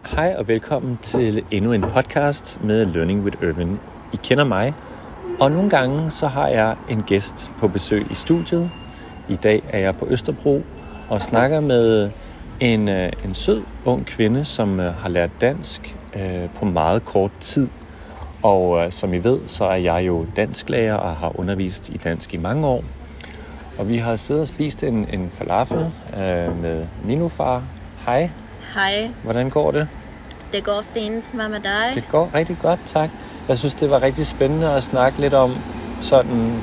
Hej og velkommen til endnu en podcast med Learning with Irvin. I kender mig, og nogle gange så har jeg en gæst på besøg i studiet. I dag er jeg på Østerbro og snakker med en sød ung kvinde, som har lært dansk på meget kort tid. Og som I ved, så er jeg jo dansklærer og har undervist i dansk i mange år. Og vi har siddet og spist en falafel med Ninufar. Hej. Hej. Hvordan går det? Det går fint. Hvad med dig? Det går rigtig godt, tak. Jeg synes, det var rigtig spændende at snakke lidt om sådan,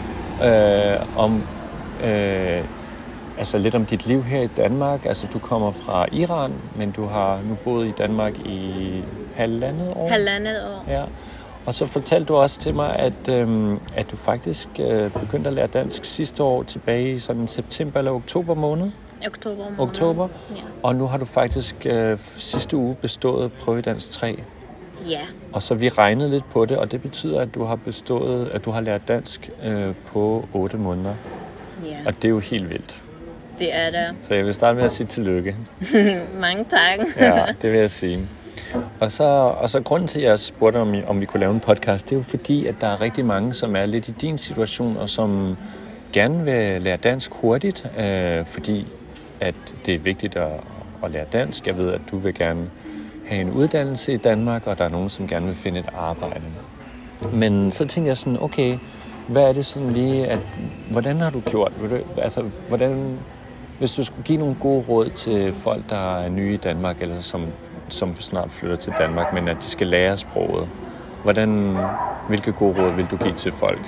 altså lidt om dit liv her i Danmark. Altså, du kommer fra Iran, men du har nu boet i Danmark i halvandet år. Ja. Og så fortalte du også til mig, at du faktisk begyndte at lære dansk sidste år tilbage i sådan september eller oktober måned. Oktober. Ja. Og nu har du faktisk sidste uge bestået prøvedansk 3. Ja. Og så vi regnede lidt på det, og det betyder, at du har lært dansk på 8 måneder. Ja. Og det er jo helt vildt. Det er det. Så jeg vil starte med at sige tillykke. Mange tak. Ja, det vil jeg sige. Og så grunden til, at jeg spurgte, om vi kunne lave en podcast, det er jo fordi, at der er rigtig mange, som er lidt i din situation, og som gerne vil lære dansk hurtigt, fordi at det er vigtigt at lære dansk. Jeg ved, at du vil gerne have en uddannelse i Danmark, og der er nogen, som gerne vil finde et arbejde. Men så tænkte jeg sådan, okay, hvad er det sådan lige, hvordan har du gjort? Altså, hvis du skulle give nogle gode råd til folk, der er nye i Danmark, eller som snart flytter til Danmark, men at de skal lære sproget, hvilke gode råd vil du give til folk?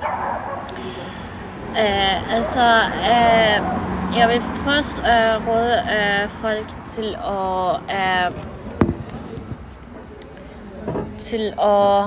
Jeg vil først råde folk til at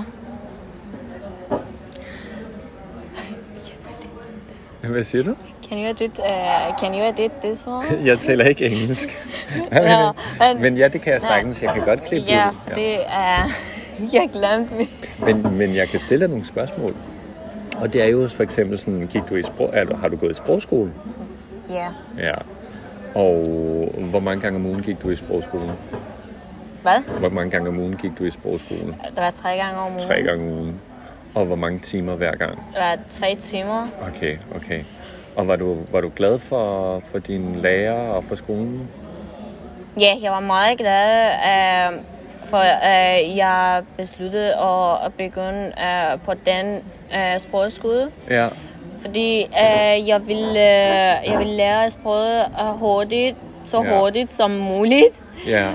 Hvad siger du? Can you edit this one? Jeg taler ikke engelsk. Men ja, det kan jeg sagtens. Jeg kan godt klippe ja, ud. Ja, det er... Jeg glemte mig. Men jeg kan stille dig nogle spørgsmål. Og det er jo for eksempel sådan, har du gået i sprogskole? Ja. Ja. Og hvor mange gange om ugen gik du i sprogskolen? Hvad? Hvor mange gange om ugen gik du i sprogskolen? Det var 3 gange om ugen. 3 gange om ugen. Og hvor mange timer hver gang? Det var 3 timer. Okay. Og var du glad for dine lærer og for skolen? Ja, jeg var meget glad, for jeg besluttede at begynde på den sprogskole. Ja. Fordi jeg ville lære sproget hurtigt som muligt. Ja.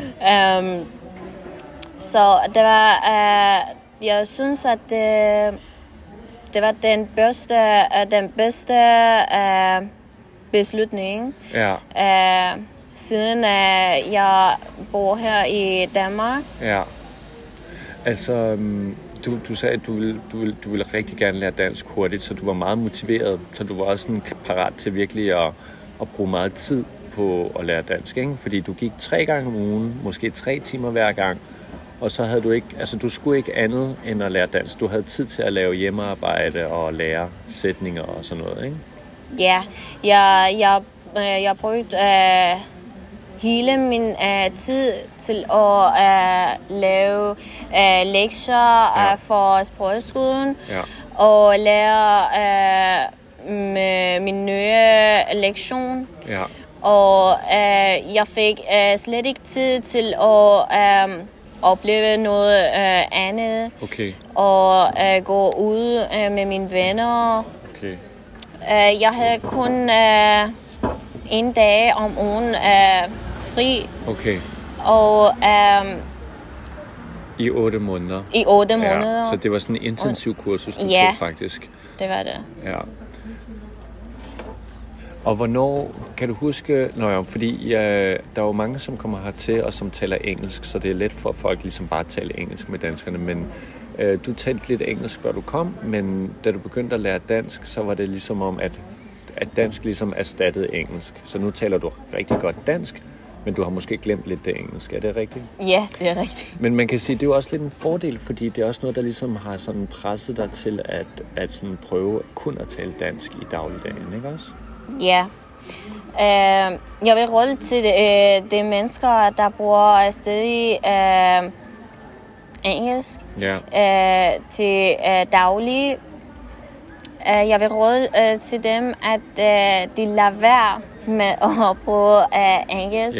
Så det var, jeg synes, at det var den bedste beslutning. Ja. Siden jeg bor her i Danmark. Ja. Altså, du sagde, at du ville rigtig gerne lære dansk hurtigt, så du var meget motiveret, så du var også sådan parat til virkelig at bruge meget tid på at lære dansk, ikke? Fordi du gik 3 gange om ugen, måske 3 timer hver gang, og så havde du ikke, altså du skulle ikke andet end at lære dansk. Du havde tid til at lave hjemmearbejde og lære sætninger og sådan noget, ikke? Ja, jeg brugte hele min tid til at lave lektier for sprogskolen og lære min nye lektion. Ja. Og jeg fik slet ikke tid til at opleve noget andet. Okay. Og gå ud med mine venner. Okay. Jeg havde kun 1 dag om ugen fri. Okay. Og i 8 måneder. I 8 måneder. Så det var sådan en intensiv kursus, du tog faktisk. Det var det. Ja. Og hvornår, kan du huske, fordi der er jo mange, som kommer hertil og som taler engelsk, så det er let for folk ligesom bare at tale engelsk med danskerne, men du talte lidt engelsk, før du kom, men da du begyndte at lære dansk, så var det ligesom om, at dansk ligesom erstattede engelsk. Så nu taler du rigtig godt dansk, men du har måske glemt lidt det engelske. Er det rigtigt? Ja, det er rigtigt. Men man kan sige, det er jo også lidt en fordel, fordi det er også noget, der ligesom har sådan presset dig til at sådan prøve kun at tale dansk i dagligdagen, ikke også? Ja, Jeg vil råde til de mennesker, der bruger stadig engelsk til daglig. Jeg vil råde til dem, at de lader være med at bruge engelsk.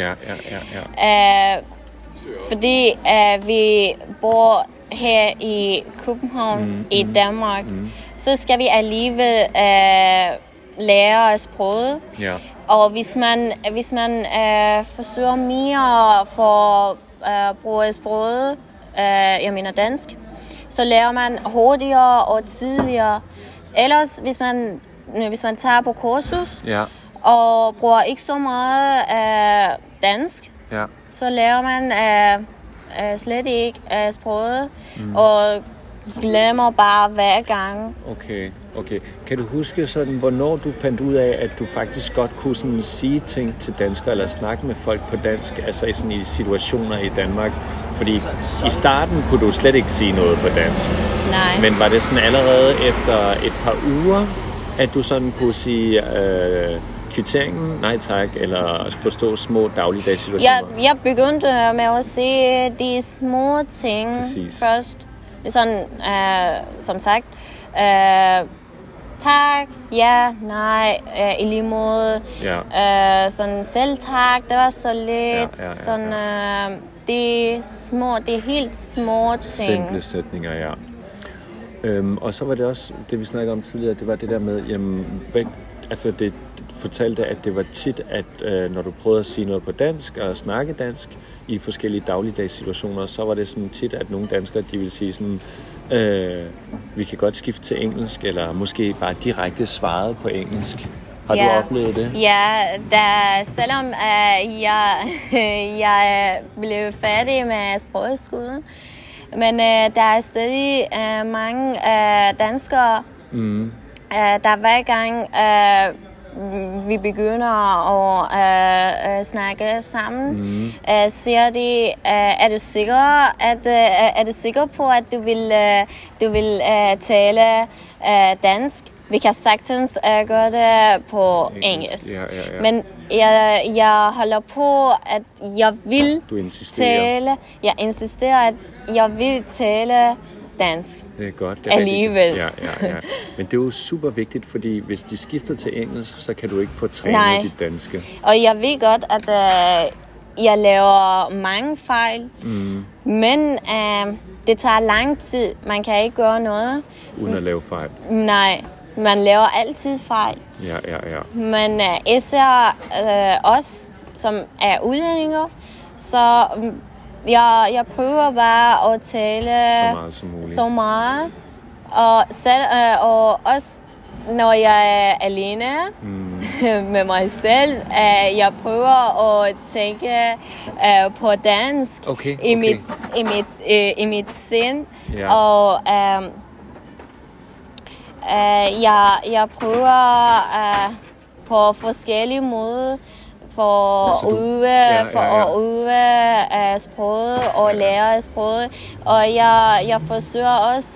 Fordi vi bor her i København, i Danmark, så skal vi alligevel lære sproget. Og hvis man forsøger mere for at bruge sproget, jeg mener dansk, så lærer man hurtigere og tidligere. Ellers, hvis man tager på kursus og bruger ikke så meget dansk, så lærer man slet ikke sproget og glemmer bare hver gang. Okay. Kan du huske sådan, hvornår du fandt ud af, at du faktisk godt kunne sådan sige ting til danskere eller snakke med folk på dansk, altså sådan i situationer i Danmark? Fordi i starten kunne du slet ikke sige noget på dansk. Nej. Men var det sådan allerede efter et par uger, at du sådan kunne sige kvitteringen, nej tak, eller forstå små dagligdags situationer? Jeg begyndte med at se de små ting først. Sådan, som sagt, tak, ja, nej, i lige måde. Sådan selv tak, det var så lidt. Sådan, det er helt små ting. Simple sætninger, og så var det også, det vi snakkede om tidligere, det var det der med, det fortalte, at det var tit, at når du prøvede at sige noget på dansk og snakke dansk i forskellige dagligdags situationer, så var det sådan tit, at nogle danskere, de ville sige sådan, vi kan godt skifte til engelsk, eller måske bare direkte svaret på engelsk. Har du oplevet det? Ja, selvom jeg blev færdig med sprogskolen, men der er stadig mange danskere, der hver gang vi begynder at snakke sammen, siger de, er du sikker på, at du vil tale dansk? Vi kan sagtens gøre det på engelsk. Men jeg holder på, at jeg vil tale. Jeg insisterer, at jeg vil tale dansk. Det er godt. Det er alligevel. Ja. Men det er jo super vigtigt, fordi hvis de skifter til engelsk, så kan du ikke få trænet dit danske. Og jeg ved godt, at jeg laver mange fejl, men det tager lang tid. Man kan ikke gøre noget. Uden at lave fejl? Nej, man laver altid fejl. Ja. Men især os, som er udlændinge, så jeg prøver bare at tale så meget. Og også når jeg er alene med mig selv, jeg prøver at tænke på dansk i mit sind. Og jeg prøver på forskellige måder for at øve sproget og lære sproget. Og jeg forsøger også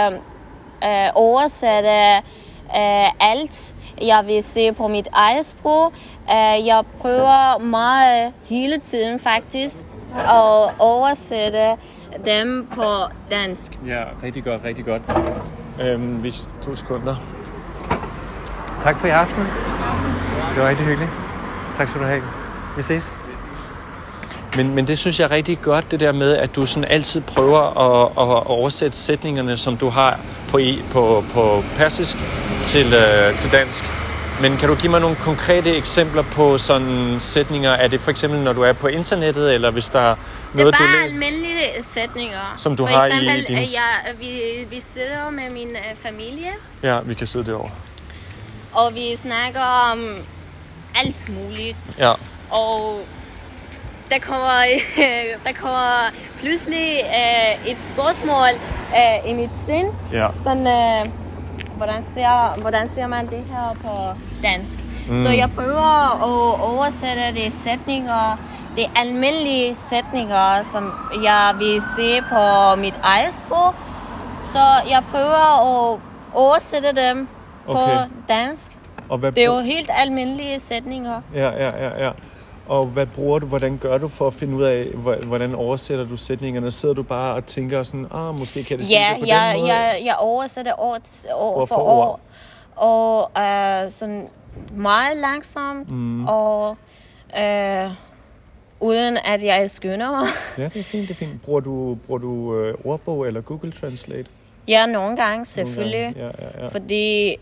oversætte alt, jeg vil se på mit eget sprog. Jeg prøver meget hele tiden faktisk at oversætte dem på dansk. Ja, rigtig godt. Hvis 2 sekunder. Tak for i aften. Det var rigtig hyggeligt. Tak skal du have. Vi ses. Men det synes jeg er rigtig godt, det der med, at du sådan altid prøver at oversætte sætningerne, som du har på persisk til dansk. Men kan du give mig nogle konkrete eksempler på sådan sætninger? Er det for eksempel, når du er på internettet, eller hvis der er noget, du læser? Det er bare almindelige sætninger. Som du for har eksempel, i din... vi sidder med min familie. Ja, vi kan sidde derovre. Og vi snakker om alt muligt. Ja. Og der kommer pludselig et spørgsmål i mit sind. Ja. Sådan, hvordan siger man det her på dansk? Så jeg prøver at oversætte de sætninger, de almindelige sætninger, som jeg vil se på mit eget sprog. Så jeg prøver at oversætte dem på dansk. Og hvad det er jo helt almindelige sætninger. Ja. Og hvad bruger du, hvordan gør du for at finde ud af, hvordan oversætter du sætningerne? Sidder du bare og tænker sådan, måske kan det sige det på den måde? Jeg oversætter år for år. Og sådan meget langsomt, og uden at jeg skynder mig. Ja, det er fint. Bruger du ordbog eller Google Translate? Ja, nogle gange, selvfølgelig. Ja. Fordi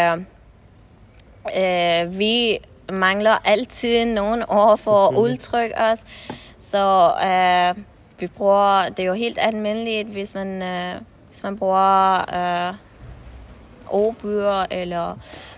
vi mangler altid nogle ord for at udtrykke os. Så vi bruger, det er jo helt almindeligt, hvis man bruger ordbøger eller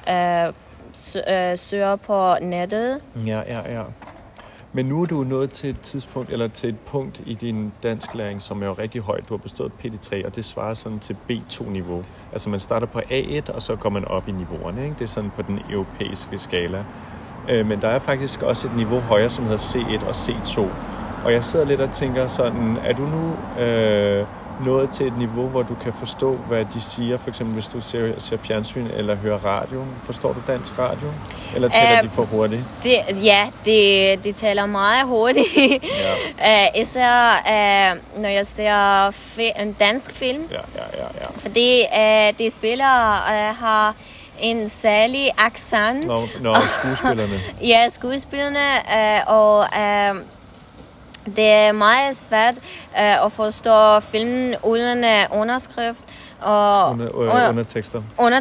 søger på nettet. Ja. Men nu er du nået til et tidspunkt, eller til et punkt i din dansklæring, som er jo rigtig højt. Du har bestået PT3, og det svarer sådan til B2-niveau. Altså man starter på A1, og så går man op i niveauerne, ikke? Det er sådan på den europæiske skala. Men der er faktisk også et niveau højere, som hedder C1 og C2. Og jeg sidder lidt og tænker sådan, er du nu nået til et niveau, hvor du kan forstå, hvad de siger? For eksempel, hvis du ser fjernsyn eller hører radio. Forstår du dansk radio? Eller taler de for hurtigt? De taler meget hurtigt. Ja. Især når jeg ser en dansk film. Ja. Fordi de spillere har en særlig accent. Når skuespillerne. Ja, skuespillerne. Og det er meget svært at forstå filmen uden underskrift og undertekster.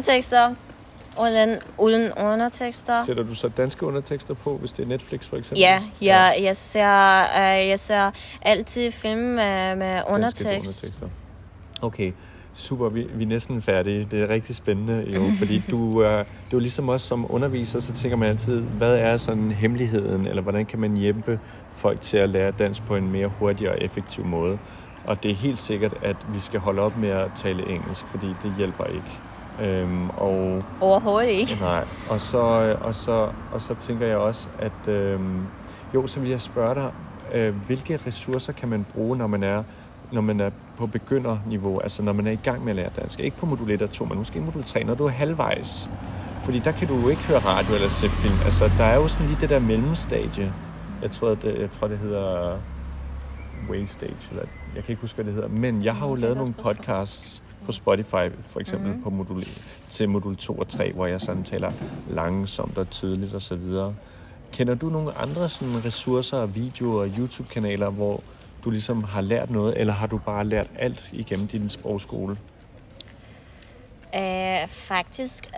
Uden undertekster. Sætter du så danske undertekster på, hvis det er Netflix for eksempel? Ja. Jeg ser altid film med undertekst. Okay. Super, vi er næsten færdige. Det er rigtig spændende, jo, fordi du er jo ligesom os som underviser, så tænker man altid, hvad er sådan hemmeligheden, eller hvordan kan man hjælpe folk til at lære dansk på en mere hurtig og effektiv måde. Og det er helt sikkert, at vi skal holde op med at tale engelsk, fordi det hjælper ikke. Overhovedet ikke. Nej, og så tænker jeg også, at så vil jeg spørge dig, hvilke ressourcer kan man bruge, når man er på begynderniveau, altså når man er i gang med at lære dansk. Ikke på modul 1 og 2, men måske modul 3, når du er halvvejs. Fordi der kan du jo ikke høre radio eller se film. Altså, der er jo sådan lige det der mellemstadie. Jeg tror, det hedder Waystage, eller jeg kan ikke huske, hvad det hedder. Men jeg har jo lavet nogle podcasts på Spotify, for eksempel på modul 2 og 3, hvor jeg sådan taler langsomt og tydeligt og så videre. Kender du nogle andre sådan ressourcer, videoer og YouTube-kanaler, hvor du ligesom har lært noget, eller har du bare lært alt igennem din sprogskole? Faktisk,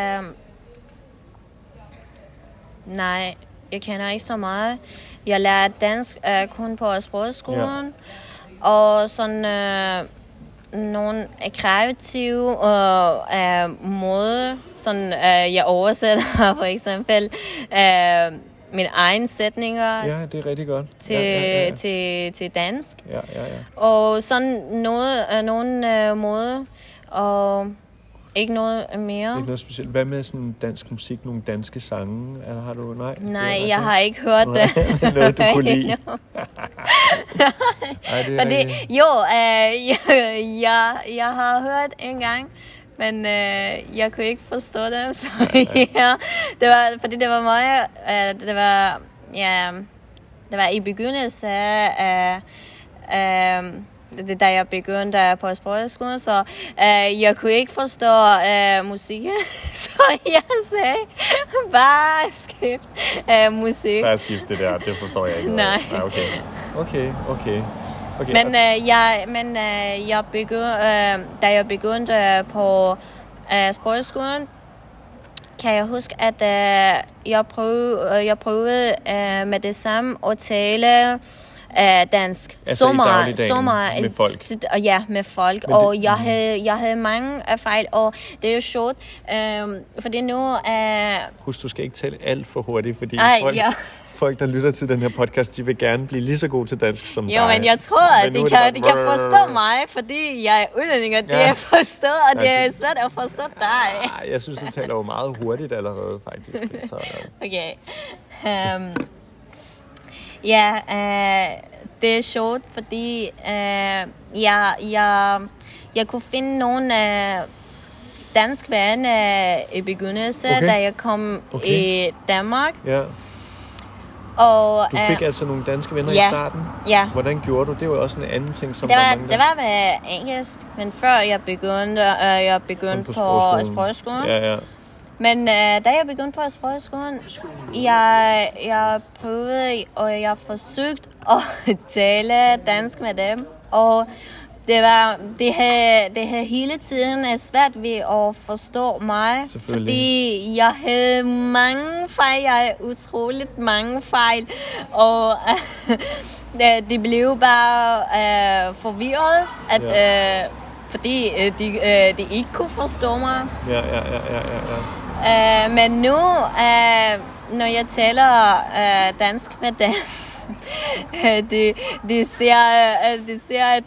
nej, jeg kender ikke så meget. Jeg lærte dansk kun på sprogskolen, og sådan nogle kreative måde, sådan jeg oversætter for eksempel mine egne sætninger. Ja, det er rigtig godt. Til dansk. Ja. Og sådan nogle måde, og ikke noget mere. Ikke noget specielt. Hvad med sådan dansk musik, nogle danske sange? Eller har du Nej, jeg har ikke hørt det. Noget du kunne lide. Jeg har hørt en gang, men jeg kunne ikke forstå det. Så det var, fordi det var meget, det var i begyndelsen af da jeg begyndte på sprogskolen, så jeg kunne ikke forstå musikken, så jeg sagde, bare skift musik. Bare skift det der, det forstår jeg ikke. Nej. Okay. Men da jeg begyndte på sprogskolen, kan jeg huske, at jeg prøvede med det samme at tale dansk. Altså i dagligdagen med folk? Ja, med folk. Og jeg havde mange fejl, og det er jo sjovt, fordi nu... Husk, du skal ikke tale alt for hurtigt, fordi folk, der lytter til den her podcast, de vil gerne blive lige så gode til dansk som dig. Jo, men jeg tror, at de kan forstå mig, fordi jeg er udlænding, og det er forstået, og det er svært at forstå dig. Jeg synes, du taler jo meget hurtigt allerede, faktisk. Okay. Det er sjovt, fordi jeg kunne finde nogle dansk ven i begyndelsen, da jeg kom i Danmark. Ja. Og, du fik altså nogle danske venner i starten? Ja. Hvordan gjorde du? Det var jo også en anden ting, som det var med engelsk, men før jeg begyndte på sprogskolen. Ja. Men da jeg begyndte på sprogskolen, jeg prøvede, og jeg forsøgte at tale dansk med dem. Og det havde hele tiden svært ved at forstå mig, fordi jeg havde mange fejl. Jeg havde utroligt mange fejl, og det blev bare forvirret, fordi de ikke kunne forstå mig. Ja. Men nu, når jeg taler dansk med dem, de ser, at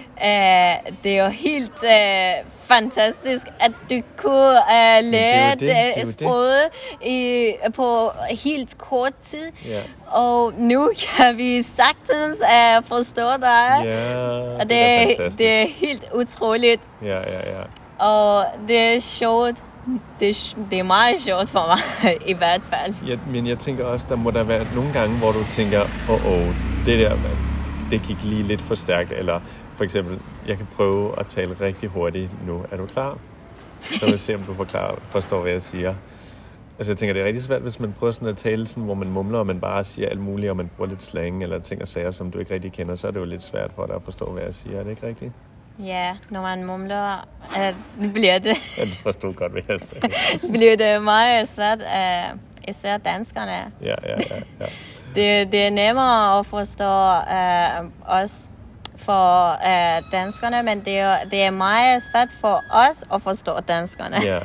det er jo helt fantastisk, at du kunne lære det sproget på helt kort tid. Yeah. Og nu kan vi sagtens forstå dig. Og det er helt utroligt. Ja. Og det er sjovt. Det er meget sjovt for mig, i hvert fald. Ja, men jeg tænker også, der må der være nogle gange, hvor du tænker, det der, det gik lige lidt for stærkt. Eller for eksempel, jeg kan prøve at tale rigtig hurtigt nu. Er du klar? Så vil jeg se, om du forstår, hvad jeg siger. Altså jeg tænker, det er rigtig svært, hvis man prøver sådan at tale sådan, hvor man mumler, og man bare siger alt muligt, og man bruger lidt slang eller ting og sager, som du ikke rigtig kender, så er det jo lidt svært for dig at forstå, hvad jeg siger. Er det ikke rigtigt? Ja, når man mumler, bliver det... Ja, du forstod godt, hvad jeg sagde. bliver det meget svært, især danskerne. Ja. Det er nemmere at forstå os for danskerne, men det er meget svært for os at forstå danskerne. Ja.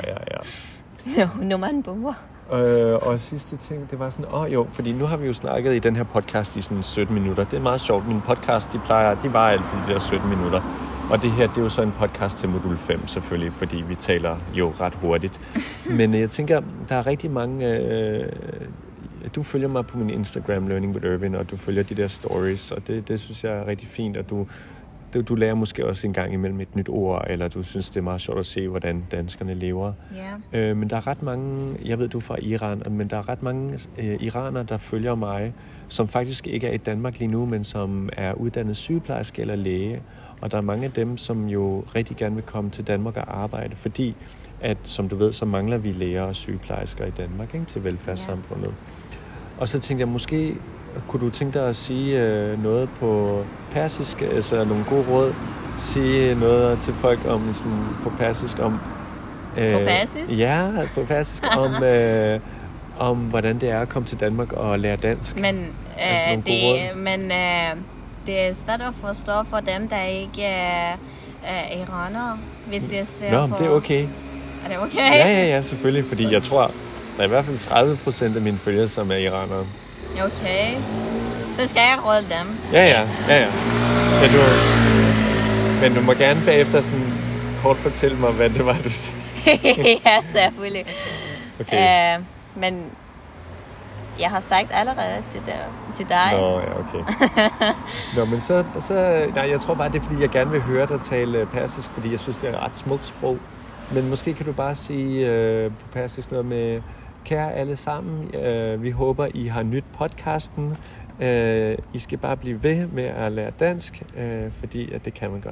Når man bumler. Og sidste ting, det var sådan, fordi nu har vi jo snakket i den her podcast i sådan 17 minutter. Det er meget sjovt. Min podcast, de var altid de der 17 minutter. Og det her, det er jo så en podcast til modul 5 selvfølgelig, fordi vi taler jo ret hurtigt. Men jeg tænker, der er rigtig mange... du følger mig på min Instagram, Learning with Irvin, og du følger de der stories, og det synes jeg er rigtig fint, og du lærer måske også en gang imellem et nyt ord, eller du synes, det er meget sjovt at se, hvordan danskerne lever. Yeah. Men der er ret mange, jeg ved, du er fra Iran, men der er ret mange iranere, der følger mig, som faktisk ikke er i Danmark lige nu, men som er uddannet sygeplejerske eller læge. Og der er mange af dem, som jo rigtig gerne vil komme til Danmark og arbejde, fordi at, som du ved, så mangler vi læger og sygeplejersker i Danmark, ikke, til velfærdssamfundet. Yeah. Og så tænkte jeg, måske kunne du tænke dig at sige noget på persisk, altså nogle gode råd, sige noget til folk om sådan på persisk om... på persisk? Ja, på persisk om hvordan det er at komme til Danmark og lære dansk. Men, det er svært at forstå for dem, der ikke er iranere, hvis jeg ser på... det er okay. Er det okay? Ja, selvfølgelig, fordi jeg tror, der er i hvert fald 30% af mine følgere, som er iranere. Okay. Så skal jeg råde dem. Ja. Men du må gerne bagefter sådan kort fortælle mig, hvad det var, du sagde. Ja, selvfølgelig. Okay. Men jeg har sagt allerede til dig. Nå, ja, okay. Nå, men så jeg tror bare, det er, fordi jeg gerne vil høre dig tale persisk, fordi jeg synes, det er et ret smukt sprog. Men måske kan du bare sige på persisk noget med, kære alle sammen, vi håber, I har nyt podcasten. I skal bare blive ved med at lære dansk, fordi at det kan man godt.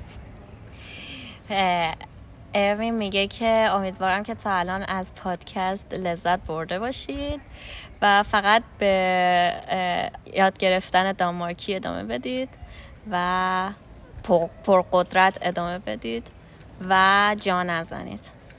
امیدوارم میگه که امیدوارم که تا الان از پادکست لذت برده باشید و فقط به یاد گرفتن دانمارکی ادامه بدید و پرقدرت ادامه بدید و جا نزنید.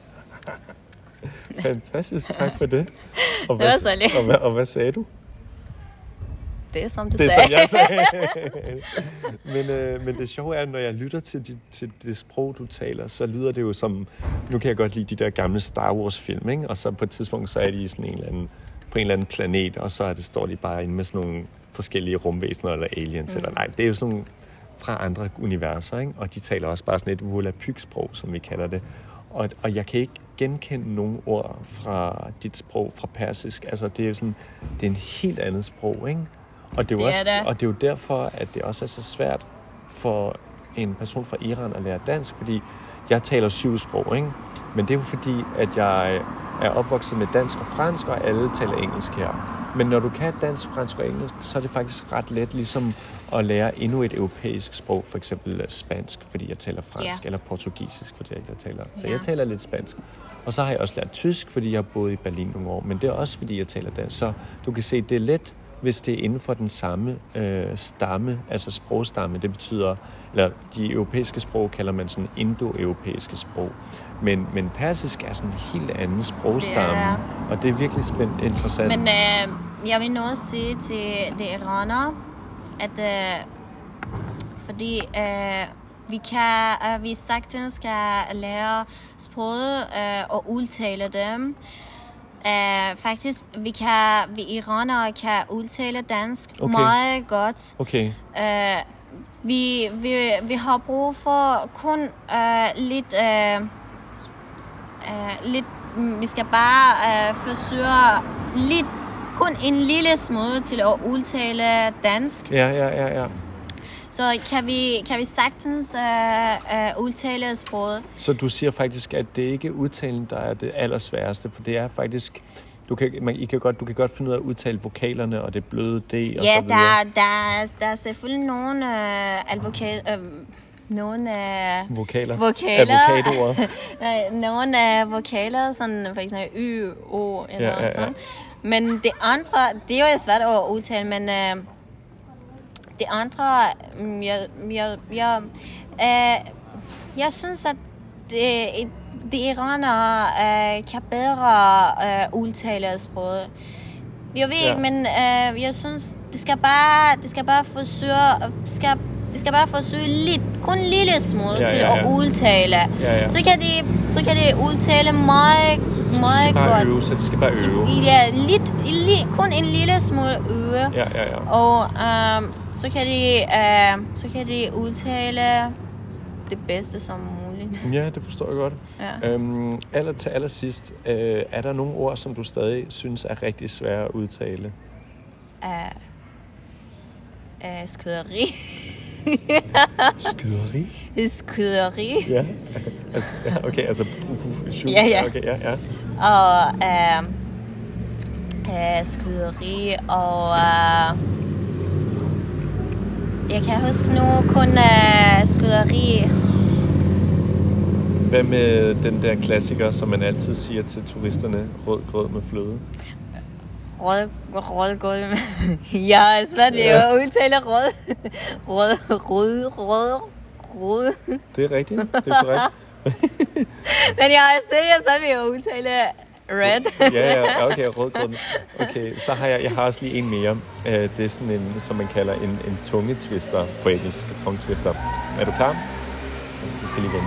Fantastisk, tak for det. Og det var så lidt. Og hvad sagde du? Det er som du sagde. Det er som jeg sagde. Men det sjove er, når jeg lytter til det sprog, du taler, så lyder det jo som... Nu kan jeg godt lide de der gamle Star Wars-film, ikke? Og så på et tidspunkt, så er de på en eller anden planet, og så står de bare inde med sådan nogle forskellige rumvæsener eller aliens. Eller nej, det er jo sådan nogle fra andre universer, ikke? Og de taler også bare sådan et volapyk-sprog, som vi kalder det. Og jeg kan ikke genkende nogle ord fra dit sprog, fra persisk. Altså, det er jo sådan, det er en helt andet sprog, ikke? Og det er jo, det er jo derfor, at det også er så svært for en person fra Iran at lære dansk, fordi jeg taler 7 sprog, ikke? Men det er jo fordi, at jeg er opvokset med dansk og fransk, og alle taler engelsk her. Men når du kan dansk, fransk og engelsk, så er det faktisk ret let ligesom at lære endnu et europæisk sprog, for eksempel spansk, fordi jeg taler fransk, eller portugisisk, fordi jeg taler. Så jeg taler lidt spansk. Og så har jeg også lært tysk, fordi jeg har boet i Berlin nogle år, men det er også fordi, jeg taler dansk. Så du kan se, det er let, hvis det er inden for den samme stamme, altså sprogstamme. Det betyder, eller de europæiske sprog kalder man sådan indoeuropæiske sprog. Men persisk er sådan en helt anden sprogstamme, og det er virkelig spændende, interessant. Men jeg vil nu sige til de iranere, at fordi vi sagtens skal lære sproget og udtale dem. Faktisk, vi iranere kan udtale dansk meget godt. Okay. Vi har brug for kun lidt. Vi skal bare forsøge lidt, kun en lille smule til at udtale dansk. Ja. Så kan vi sagtens udtale sproget. Så du siger faktisk, at det ikke er udtalen, der er det allersværeste, for det er faktisk... Du kan godt finde ud af at udtale vokalerne og det bløde D og så videre. Der er selvfølgelig nogle vokaler. Nogle vokaler, sådan for eksempel Y, O eller sådan. Men det andre, det er jo svært at udtale, men det andre, jeg synes, at de iranere kan bedre udtale sproget. Jeg ved ikke, men jeg synes, det skal bare forsøge lidt, kun en lille smule til at udtale. Ja. Så kan de udtale meget godt. Så de skal bare øve. Ja, kun en lille smule øve. Ja. Og så kan de udtale det bedste som muligt. Ja, det forstår jeg godt. Ja. Til allersidst, er der nogle ord, som du stadig synes er rigtig svære at udtale? Skyderi. Skyderi? Skyderi. Ja. Okay, altså... Ja. Okay, ja. Og skyderi og... jeg kan huske nu kun skyderi. Hvad med den der klassiker, som man altid siger til turisterne? Rød grød med fløde? Rødgrød. Jeg er svært ved at udtale rød. Rød. Det er rigtigt. Det er korrekt. Men jeg er svært ved at udtale red. Ja, okay, rødgrød. Okay, så har jeg har også lige en mere. Det er sådan en, som man kalder en tungetwister på engelsk. Tongue-twister. Er du klar? Du skal lige vente.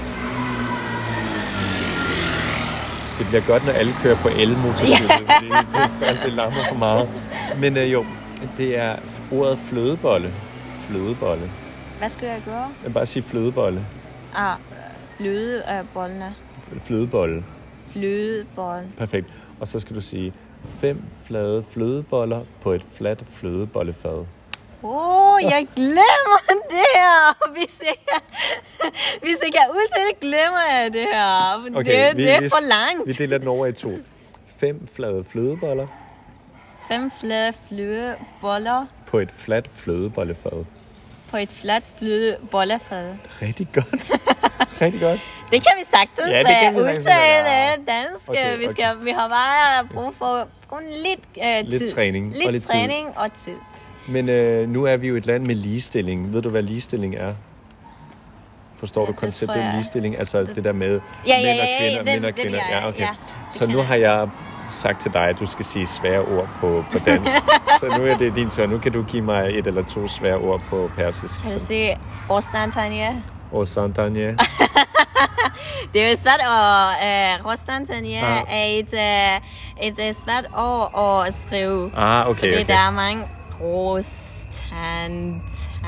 Det bliver godt, når alle kører på elmotorcykel. Det larmer for meget. Men jo, det er ordet flødebolle. Flødebolle. Hvad skal jeg gøre? Jeg bare sige flødebolle. Flødebollene. Flødebolle. Flødebolle. Perfekt. Og så skal du sige 5 flade flødeboller på et fladt flødebollefad. Jeg glemmer det her. Hvis jeg kan udtale, glemmer jeg det her. Okay, det er for langt. Vi deler den over i 2. 5 flade flødeboller. 5 flade flødeboller. På et fladt flødebollefad. På et fladt flødebollefad. Rigtig godt. Rigtig godt. Det kan vi sagtens udtale dansk. Okay. Vi har bare brug for kun lidt træning. Lidt træning og tid. Men nu er vi jo et land med ligestilling. Ved du, hvad ligestilling er? Forstår du konceptet ligestilling? Altså det der med mænd og kvinder. Ja, okay. Så nu har jeg sagt til dig, at du skal sige svære ord på dansk. Så nu er det din tur. Nu kan du give mig 1 eller 2 svære ord på persisk. Kan du sige Rostantania? Rostantania. Det er jo svært at Rostantania er et svært ord at skrive. Okay. Fordi der er mange Rostantania.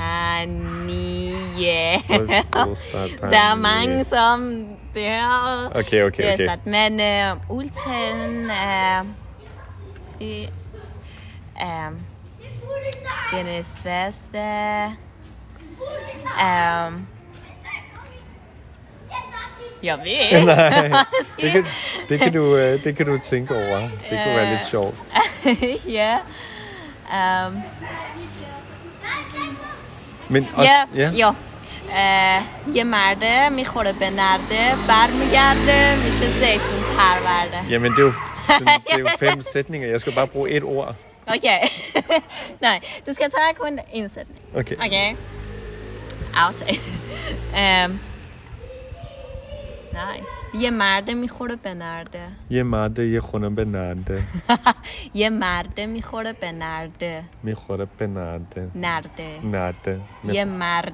Der er mange som det her. Okay. Det er svært. Men udtalen er den sværeste. Jeg ved ikke. Nej, det kan du tænke over. Det kunne være lidt sjovt. Ja. Men også, ja. یه مرده میخوره به نرده برمیگرده میشه زیتون پرورده. Jamen, det er jo 5 sætninger. Jeg skal bare bruge et ord. Okay. Nej, du skal tage kun en sætning. Okay. Aftale. Nej. یه مرده میخوره به نرده. یه مرده یه خونه به نرده. یه مرده میخوره به نرده. میخوره به نرده. نرده. یه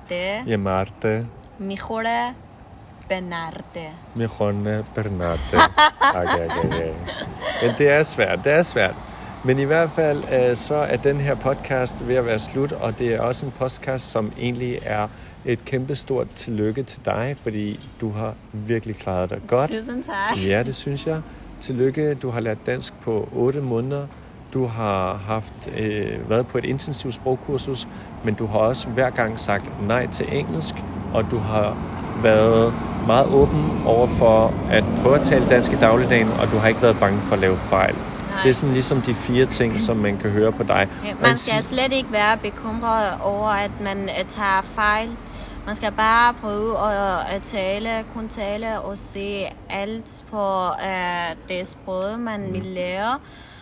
مرده میخوره به نرده. میخوره به نرده. Okay. Men det er svært. Men i hvert fald så er den her podcast ved at være slut, og det er også en podcast, som egentlig er et kæmpestort tillykke til dig, fordi du har virkelig klaret dig godt. Tusind tak. Ja, det synes jeg. Tillykke, du har lært dansk på 8 måneder. Du har været på et intensivt sprogkursus, men du har også hver gang sagt nej til engelsk, og du har været meget åben over for at prøve at tale dansk i dagligdagen, og du har ikke været bange for at lave fejl. Nej. Det er sådan ligesom de 4 ting, som man kan høre på dig. Ja, man skal slet ikke være bekymret over, at man tager fejl. Man skal bare prøve at kun tale og se alt på det sprog, man vil lære.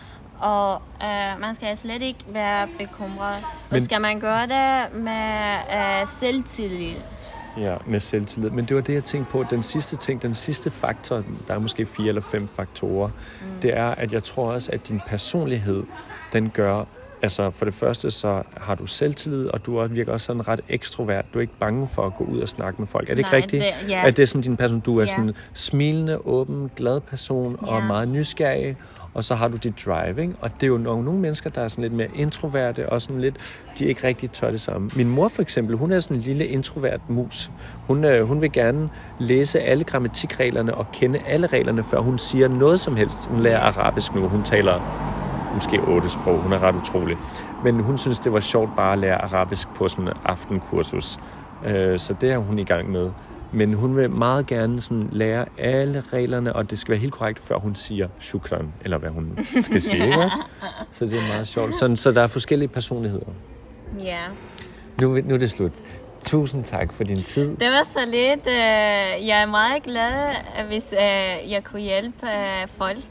Og man skal slet ikke være bekymret. Og skal man gøre det med selvtillid. Ja, med selvtillid. Men det var det, jeg tænkte på. Den sidste faktor, der er måske 4 eller 5 faktorer, det er, at jeg tror også, at din personlighed, den gør, altså for det første, så har du selvtillid, og du virker også sådan ret ekstrovert. Du er ikke bange for at gå ud og snakke med folk. Er det ikke rigtigt? At det er sådan din person, du er sådan smilende, åben, glad person og meget nysgerrig. Og så har du dit driving, og det er jo nogle mennesker, der er sådan lidt mere introverte, og sådan lidt, de ikke rigtig tør det samme. Min mor for eksempel, hun er sådan en lille introvert mus. Hun vil gerne læse alle grammatikreglerne og kende alle reglerne, før hun siger noget som helst. Hun lærer arabisk nu, hun taler måske 8 sprog, hun er ret utrolig. Men hun synes, det var sjovt bare at lære arabisk på sådan en aftenkursus. Så det er hun i gang med. Men hun vil meget gerne sådan lære alle reglerne, og det skal være helt korrekt, før hun siger shukran, eller hvad hun skal sige, ikke også? Så det er meget sjovt. Så der er forskellige personligheder. Ja. Nu er det slut. Tusind tak for din tid. Det var så lidt. Jeg er meget glad, hvis jeg kunne hjælpe folk.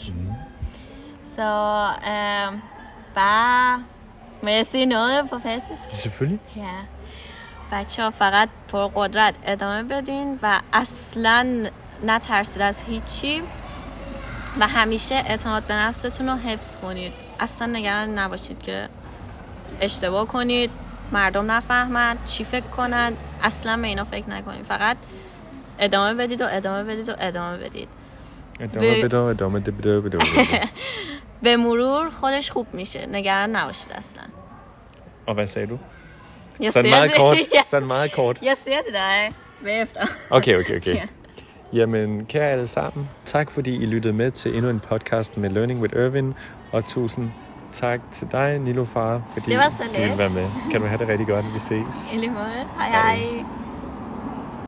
Så bare... Må jeg sige noget på persisk? Selvfølgelig. Ja. بچه‌ها فقط پر قدرت ادامه بدین و اصلاً نترسید از هیچی و همیشه اعتماد به نفستون رو حفظ کنید. اصلا نگران نباشید که اشتباه کنید، مردم نفهمن، چی فکر کنن. اصلا به اینا فکر نکنید. فقط ادامه بدید و ادامه بدید و ادامه بدید. ادامه بدید. به مرور خودش خوب میشه. نگران نباشید اصلا. Og hvad sagde du? Sådan meget kort. Jeg siger til dig bagefter. Okay. Ja. Jamen, kære alle sammen, tak fordi I lyttede med til endnu en podcast med Learning with Irvin, og tusind tak til dig, Niloufar, fordi du ville være med. Kan du have det rigtig godt, vi ses. I lige måde. Hej.